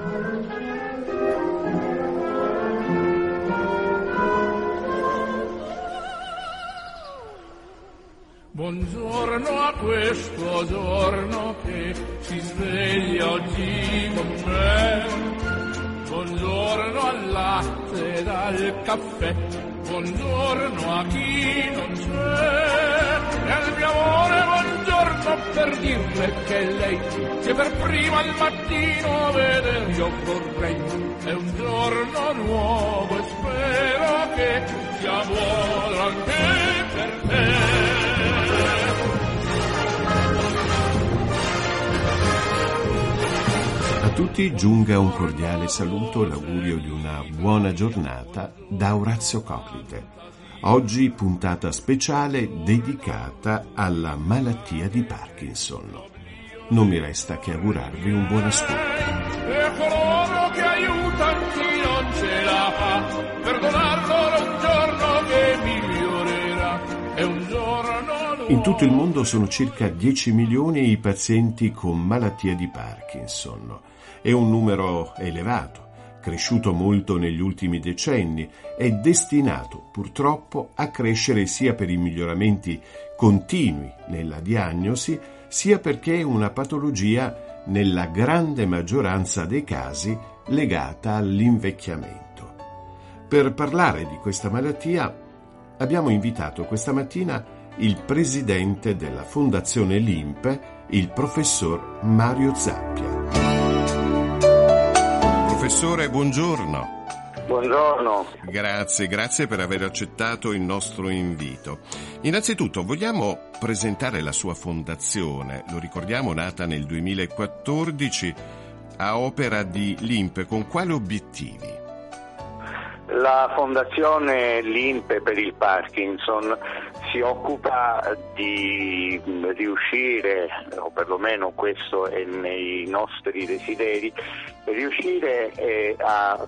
Buongiorno a questo giorno che si sveglia oggi con me. Buongiorno al latte ed al caffè. Buongiorno a chi non c'è. E al mio amore buongiorno per dirle che lei che per prima al mattino vedere io vorrei. È un giorno nuovo e spero che sia buono anche per te. A tutti giunga un cordiale saluto, l'augurio di una buona giornata da Orazio Coclite. Oggi puntata speciale dedicata alla malattia di Parkinson. Non mi resta che augurarvi un buon ascolto. E coloro che aiutano chi non ce la fa, perdonarlo un giorno che migliorerà, è un giorno nuovo. In tutto il mondo sono circa 10 milioni i pazienti con malattia di Parkinson. È un numero elevato, cresciuto molto negli ultimi decenni, è destinato purtroppo a crescere sia per i miglioramenti continui nella diagnosi, sia perché è una patologia nella grande maggioranza dei casi legata all'invecchiamento. Per parlare di questa malattia abbiamo invitato questa mattina il presidente della Fondazione LIMP, il professor Mario Zappia. Professore, buongiorno. Buongiorno. Grazie per aver accettato il nostro invito. Innanzitutto vogliamo presentare la sua fondazione, lo ricordiamo, nata nel 2014 a opera di LIMP. Con quali obiettivi? La Fondazione LIMP per il Parkinson si occupa di riuscire, o perlomeno questo è nei nostri desideri, riuscire a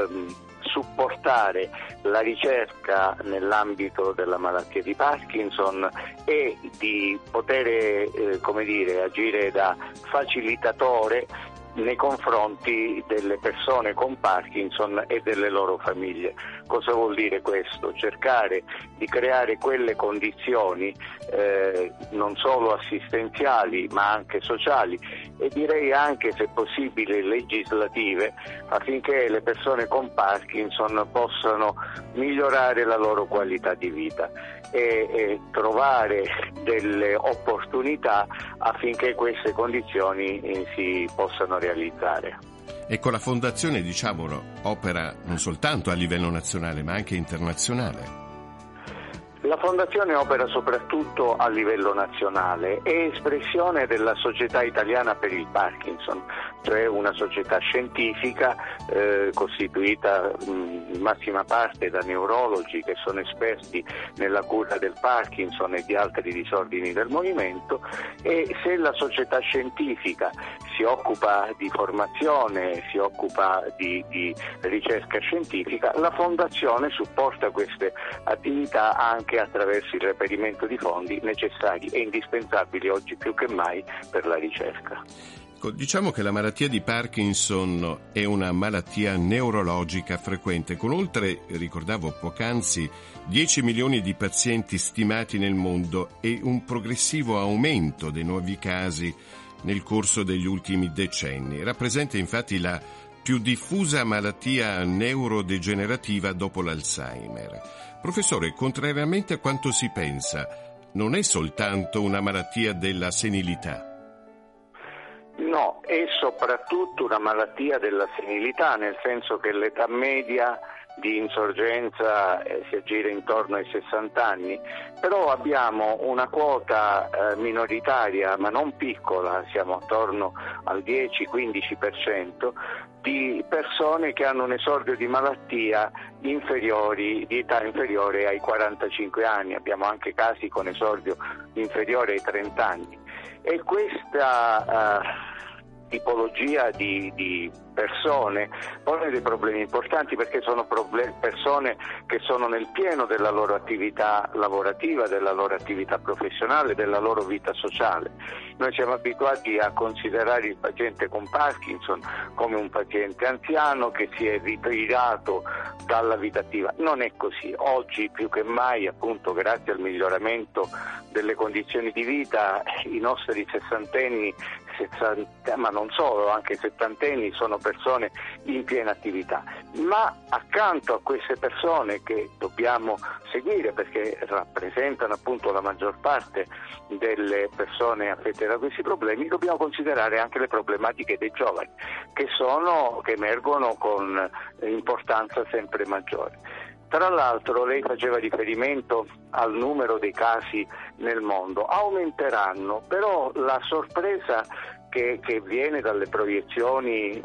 supportare la ricerca nell'ambito della malattia di Parkinson e di poter agire da facilitatore nei confronti delle persone con Parkinson e delle loro famiglie. Cosa vuol dire questo? Cercare di creare quelle condizioni non solo assistenziali ma anche sociali e direi anche, se possibile, legislative, affinché le persone con Parkinson possano migliorare la loro qualità di vita e trovare delle opportunità affinché queste condizioni si possano realizzare. Ecco, la Fondazione, diciamolo, opera non soltanto a livello nazionale ma anche internazionale. La Fondazione opera soprattutto a livello nazionale, è espressione della Società Italiana per il Parkinson, cioè una società scientifica costituita in massima parte da neurologi che sono esperti nella cura del Parkinson e di altri disordini del movimento, e se la società scientifica si occupa di formazione, si occupa di ricerca scientifica, la Fondazione supporta queste attività anche attraverso il reperimento di fondi necessari e indispensabili oggi più che mai per la ricerca. Diciamo che la malattia di Parkinson è una malattia neurologica frequente, con oltre, ricordavo poc'anzi, 10 milioni di pazienti stimati nel mondo e un progressivo aumento dei nuovi casi nel corso degli ultimi decenni. Rappresenta infatti la più diffusa malattia neurodegenerativa dopo l'Alzheimer. Professore, contrariamente a quanto si pensa, non è soltanto una malattia della senilità. No, è soprattutto una malattia della senilità, nel senso che l'età media di insorgenza si aggira intorno ai 60 anni, però abbiamo una quota minoritaria, ma non piccola, siamo attorno al 10-15%, di persone che hanno un esordio di malattia di età inferiore ai 45 anni, abbiamo anche casi con esordio inferiore ai 30 anni. E questa tipologia di persone pone dei problemi importanti, perché sono persone che sono nel pieno della loro attività lavorativa, della loro attività professionale, della loro vita sociale. Noi siamo abituati a considerare il paziente con Parkinson come un paziente anziano che si è ritirato dalla vita attiva. Non è così. Oggi più che mai, appunto grazie al miglioramento delle condizioni di vita, i nostri sessantenni, ma non solo, anche settantenni sono persone in piena attività. Ma accanto a queste persone che dobbiamo seguire, perché rappresentano appunto la maggior parte delle persone affette da questi problemi, dobbiamo considerare anche le problematiche dei giovani, che emergono con importanza sempre maggiore. Tra l'altro lei faceva riferimento al numero dei casi nel mondo. Aumenteranno, però la sorpresa che viene dalle proiezioni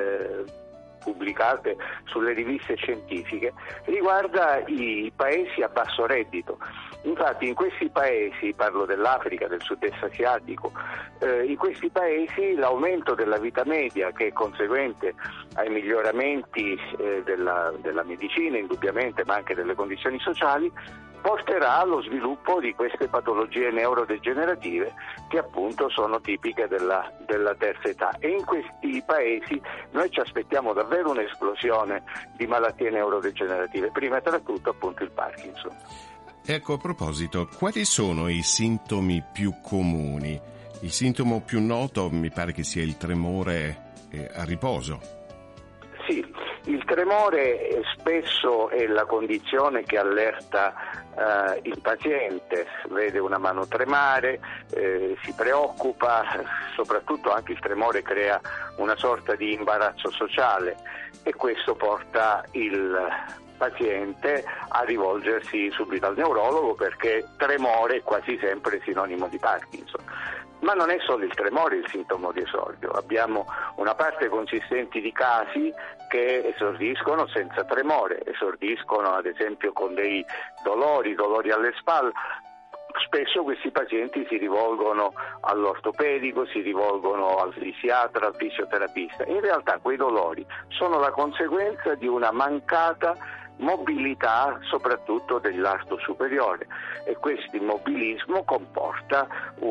pubblicate sulle riviste scientifiche riguarda i paesi a basso reddito. Infatti in questi paesi, parlo dell'Africa, del sud-est asiatico, in questi paesi l'aumento della vita media, che è conseguente ai miglioramenti della medicina indubbiamente, ma anche delle condizioni sociali, porterà allo sviluppo di queste patologie neurodegenerative che appunto sono tipiche della terza età, e in questi paesi noi ci aspettiamo davvero un'esplosione di malattie neurodegenerative, prima tra tutto appunto il Parkinson. Ecco, a proposito, quali sono i sintomi più comuni? Il sintomo più noto mi pare che sia il tremore a riposo. Sì, il tremore spesso è la condizione che allerta il paziente, vede una mano tremare, si preoccupa, soprattutto anche il tremore crea una sorta di imbarazzo sociale, e questo porta il paziente a rivolgersi subito al neurologo, perché tremore è quasi sempre sinonimo di Parkinson. Ma non è solo il tremore il sintomo di esordio, abbiamo una parte consistente di casi che esordiscono senza tremore, esordiscono ad esempio con dei dolori alle spalle. Spesso questi pazienti si rivolgono all'ortopedico, si rivolgono al fisiatra, al fisioterapista. In realtà quei dolori sono la conseguenza di una mancata mobilità soprattutto dell'arto superiore, e questo immobilismo comporta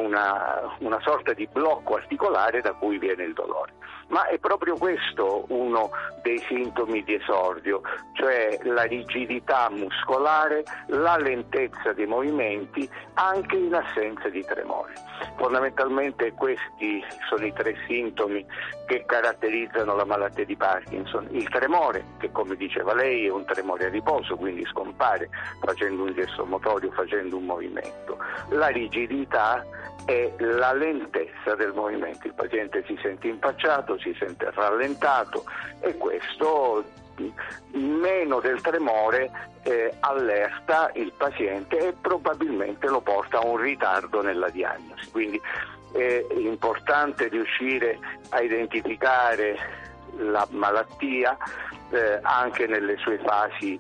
una sorta di blocco articolare da cui viene il dolore. Ma è proprio questo uno dei sintomi di esordio, cioè la rigidità muscolare, la lentezza dei movimenti anche in assenza di tremore. Fondamentalmente questi sono i tre sintomi che caratterizzano la malattia di Parkinson. Il tremore, che come diceva lei è un tremore a riposo, quindi scompare facendo un gesto motorio, facendo un movimento. La rigidità è la lentezza del movimento, il paziente si sente impacciato, si sente rallentato, e questo meno del tremore allerta il paziente e probabilmente lo porta a un ritardo nella diagnosi. Quindi è importante riuscire a identificare la malattia anche nelle sue fasi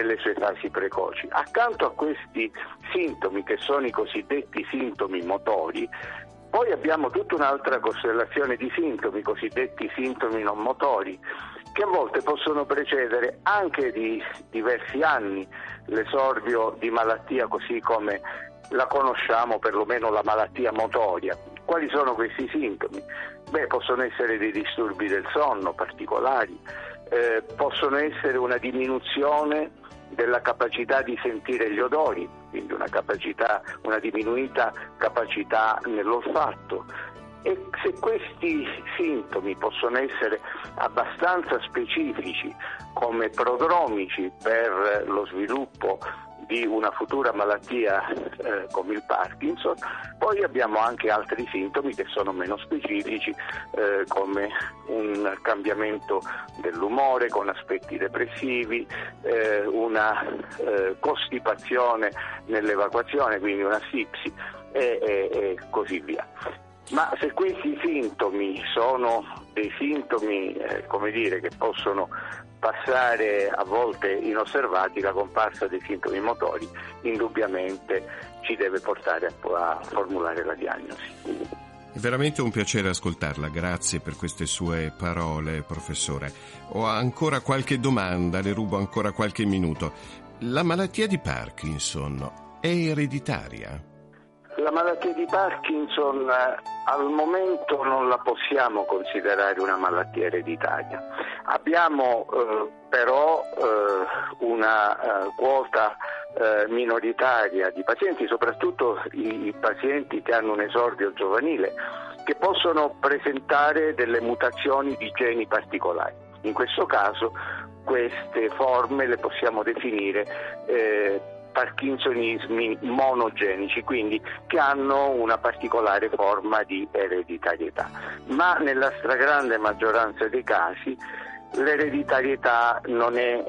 precoci. Accanto a questi sintomi, che sono i cosiddetti sintomi motori, poi abbiamo tutta un'altra costellazione di sintomi, cosiddetti sintomi non motori, che a volte possono precedere anche di diversi anni l'esordio di malattia così come la conosciamo, perlomeno la malattia motoria. Quali sono questi sintomi? Possono essere dei disturbi del sonno particolari, possono essere una diminuzione della capacità di sentire gli odori, quindi una diminuita capacità nell'olfatto. E se questi sintomi possono essere abbastanza specifici come prodromici per lo sviluppo di una futura malattia come il Parkinson, poi abbiamo anche altri sintomi che sono meno specifici, come un cambiamento dell'umore con aspetti depressivi, una costipazione nell'evacuazione, quindi una asfissia e così via. Ma se questi sintomi sono dei sintomi che possono passare a volte inosservati, la comparsa dei sintomi motori indubbiamente ci deve portare a formulare la diagnosi. È veramente un piacere ascoltarla, grazie per queste sue parole, professore. Ho ancora qualche domanda, le rubo ancora qualche minuto. La malattia di Parkinson è ereditaria? La malattia di Parkinson al momento non la possiamo considerare una malattia ereditaria. Abbiamo però una quota minoritaria di pazienti, soprattutto i pazienti che hanno un esordio giovanile, che possono presentare delle mutazioni di geni particolari. In questo caso queste forme le possiamo definire parkinsonismi monogenici, quindi che hanno una particolare forma di ereditarietà. Ma nella stragrande maggioranza dei casi l'ereditarietà non è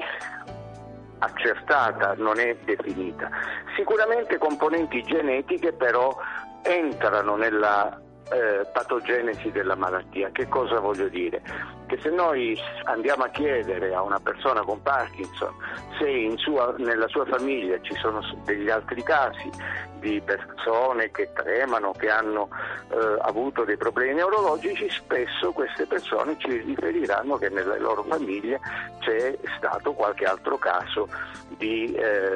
accertata, non è definita. Sicuramente componenti genetiche però entrano nella patogenesi della malattia. Che cosa voglio dire? Che se noi andiamo a chiedere a una persona con Parkinson se nella sua famiglia ci sono degli altri casi di persone che tremano, che hanno avuto dei problemi neurologici, spesso queste persone ci riferiranno che nelle loro famiglie c'è stato qualche altro caso di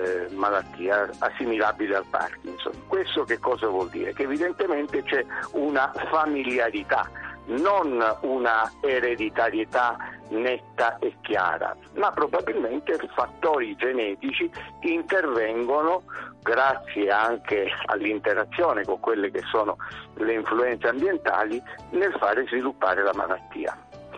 malattia assimilabile al Parkinson. Questo che cosa vuol dire? Che evidentemente c'è una familiarità, non una ereditarietà netta e chiara, ma probabilmente fattori genetici intervengono grazie anche all'interazione con quelle che sono le influenze ambientali nel fare sviluppare la malattia.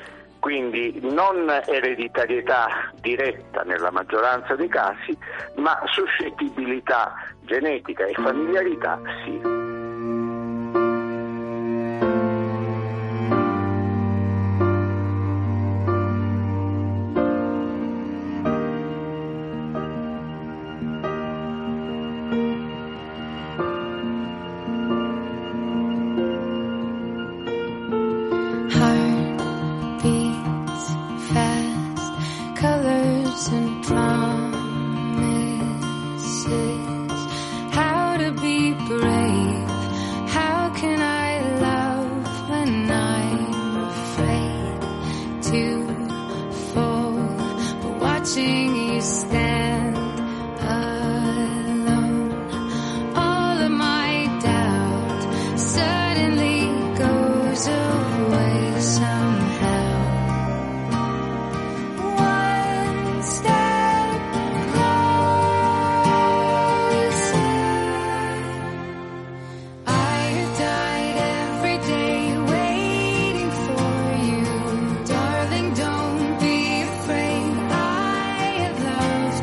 Quindi non ereditarietà diretta nella maggioranza dei casi, ma suscettibilità genetica e familiarità sì. Love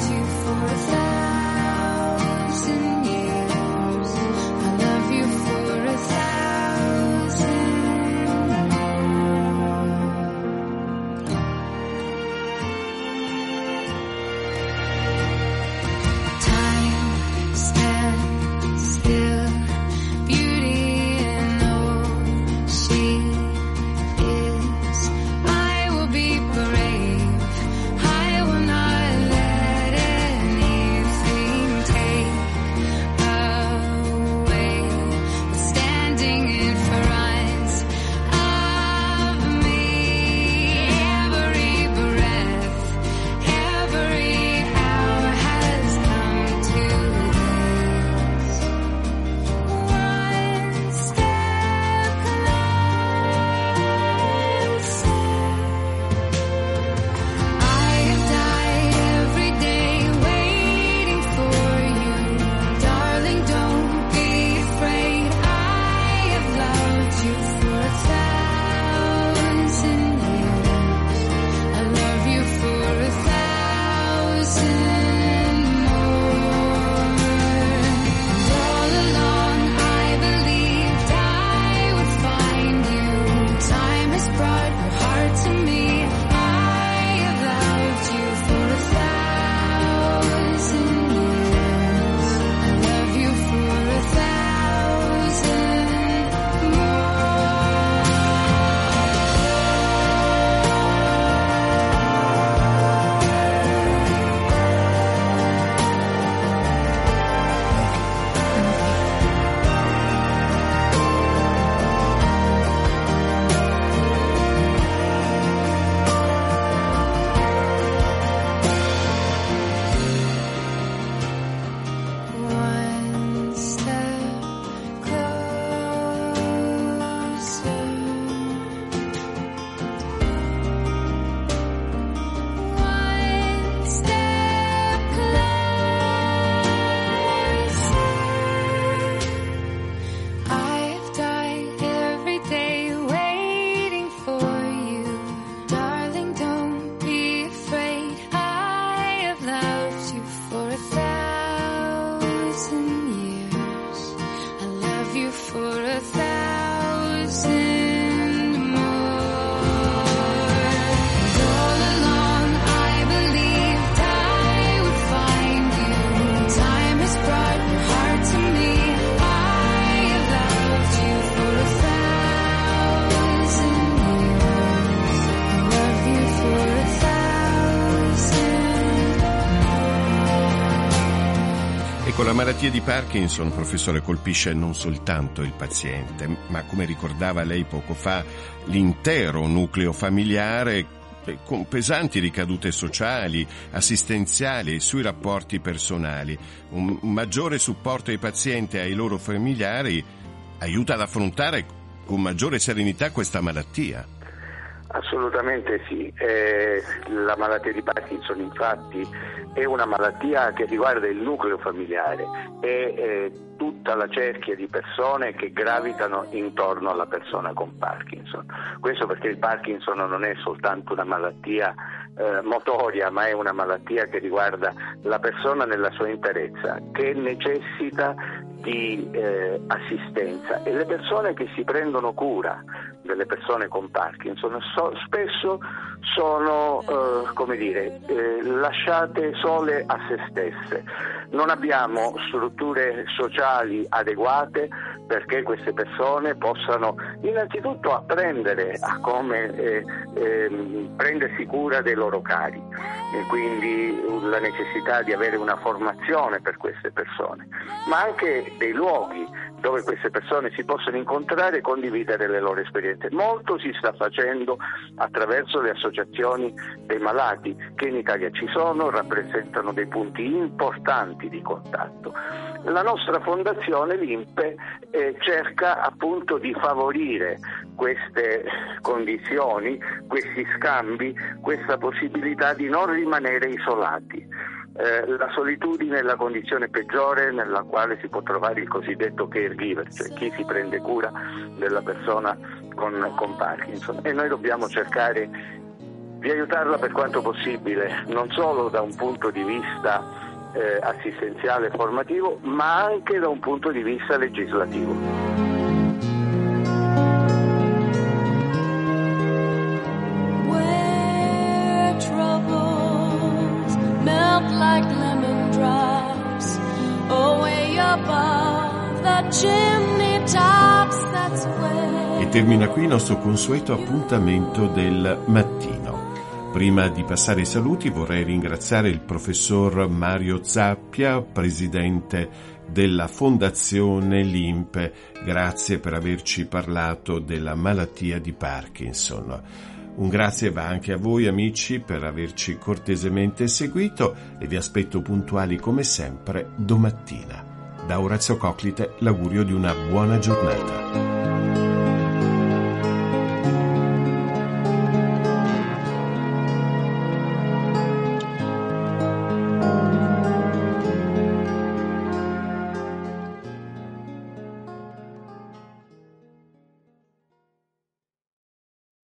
Ecco, la malattia di Parkinson, professore, colpisce non soltanto il paziente, ma, come ricordava lei poco fa, l'intero nucleo familiare, con pesanti ricadute sociali, assistenziali e sui rapporti personali. Un maggiore supporto ai pazienti e ai loro familiari aiuta ad affrontare con maggiore serenità questa malattia. Assolutamente sì, la malattia di Parkinson infatti è una malattia che riguarda il nucleo familiare e tutta la cerchia di persone che gravitano intorno alla persona con Parkinson. Questo perché il Parkinson non è soltanto una malattia motoria, ma è una malattia che riguarda la persona nella sua interezza, che necessita di assistenza, e le persone che si prendono cura delle persone con Parkinson spesso sono lasciate sole a se stesse. Non abbiamo strutture sociali adeguate perché queste persone possano innanzitutto apprendere a come prendersi cura dei loro cari, e quindi la necessità di avere una formazione per queste persone, ma anche dei luoghi dove queste persone si possono incontrare e condividere le loro esperienze. Molto si sta facendo attraverso le associazioni dei malati che in Italia ci sono, rappresentano dei punti importanti di contatto. La nostra fondazione, l'INPE, cerca appunto di favorire queste condizioni, questi scambi, questa possibilità di non rimanere isolati. La solitudine è la condizione peggiore nella quale si può trovare il cosiddetto caregiver, cioè chi si prende cura della persona con Parkinson, e noi dobbiamo cercare di aiutarla per quanto possibile, non solo da un punto di vista assistenziale e formativo, ma anche da un punto di vista legislativo. Like lemon drops away above the chimney tops, that's where. E termina qui il nostro consueto appuntamento del mattino. Prima di passare ai saluti vorrei ringraziare il professor Mario Zappia, presidente della Fondazione Limpe. Grazie per averci parlato della malattia di Parkinson. Un grazie va anche a voi amici per averci cortesemente seguito, e vi aspetto puntuali come sempre domattina. Da Orazio Coclite l'augurio di una buona giornata.